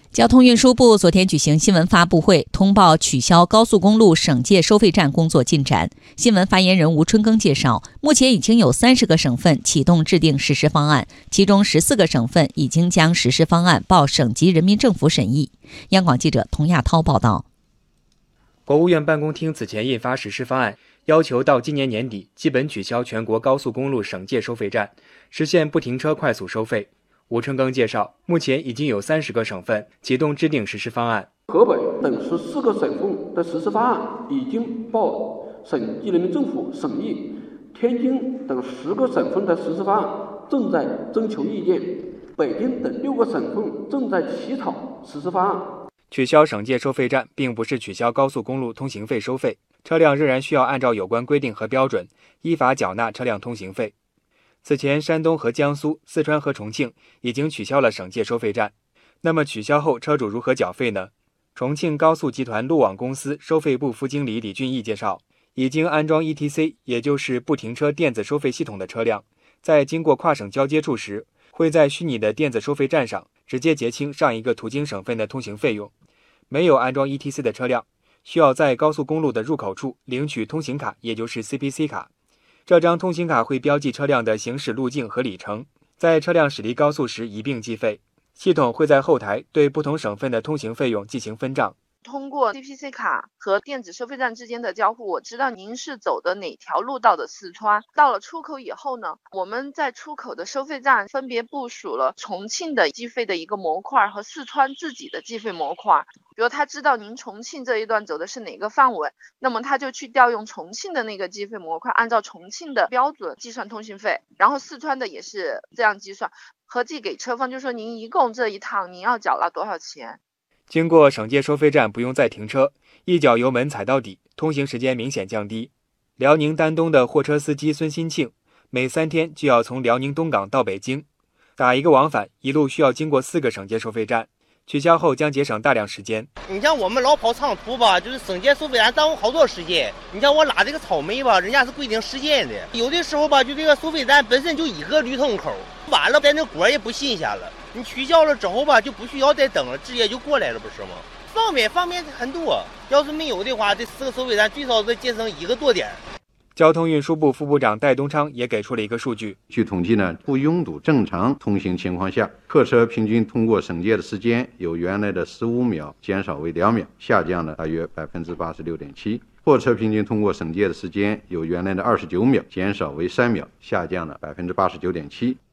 交通运输部昨天举行新闻发布会，通报取消高速公路省界收费站工作进展。新闻发言人吴春耕介绍，目前已经有30个省份启动制定实施方案，其中14个省份已经将实施方案报省级人民政府审议。央广记者童亚涛报道。 国务院办公厅此前印发实施方案，要求到今年年底基本取消全国高速公路省界收费站，实现不停车快速收费。吴春耕介绍，目前已经有30个省份启动制定实施方案。 河北等14个省份的实施方案已经报省级人民政府审议，天津等10个省份的实施方案正在征求意见，北京等6个省份正在起草实施方案。 取消省界收费站并不是取消高速公路通行费收费，车辆仍然需要按照有关规定和标准依法缴纳车辆通行费。此前，山东和江苏、四川和重庆已经取消了省界收费站。那么取消后，车主如何缴费呢？重庆高速集团路网公司收费部副经理李俊义介绍，已经安装 ETC， 也就是不停车电子收费系统的车辆，在经过跨省交接处时，会在虚拟的电子收费站上直接结清上一个途经省份的通行费用。没有安装 ETC 的车辆，需要在高速公路的入口处领取通行卡，也就是 CPC 卡。这张通行卡会标记车辆的行驶路径和里程，在车辆驶离高速时一并计费。系统会在后台对不同省份的通行费用进行分账。 通过 CPC 卡和电子收费站之间的交互，我知道您是走的哪条路到的四川。到了出口以后呢，我们在出口的收费站分别部署了重庆的计费的一个模块和四川自己的计费模块。比如他知道您重庆这一段走的是哪个范围，那么他就去调用重庆的那个计费模块，按照重庆的标准计算通行费，然后四川的也是这样计算，合计给车方就说您一共这一趟您要缴了多少钱。 经过省界收费站不用再停车，一脚油门踩到底，通行时间明显降低。辽宁丹东的货车司机孙新庆，每3天就要从辽宁东港到北京，打一个往返，一路需要经过4个省界收费站。取消后将节省大量时间。 你像我们老跑长途吧，就是省界收费站耽误好多时间。你像我拉这个草莓吧，人家是规定时间的，有的时候吧，就这个收费站本身就一个驴筒口，晚了在那果也不新鲜了。你取消了之后吧，就不需要再等了，直接就过来了，不是吗？方便很多。要是没有的话，这4个收费站最少得节省1个多点。 交通运输部副部长戴东昌也给出了一个数据， 据统计呢，不拥堵正常通行情况下，客车平均通过省界的时间由原来的15秒减少为2秒，下降了大约86.7%。货车平均通过省界的时间由原来的29秒减少为3秒，下降了89.7%。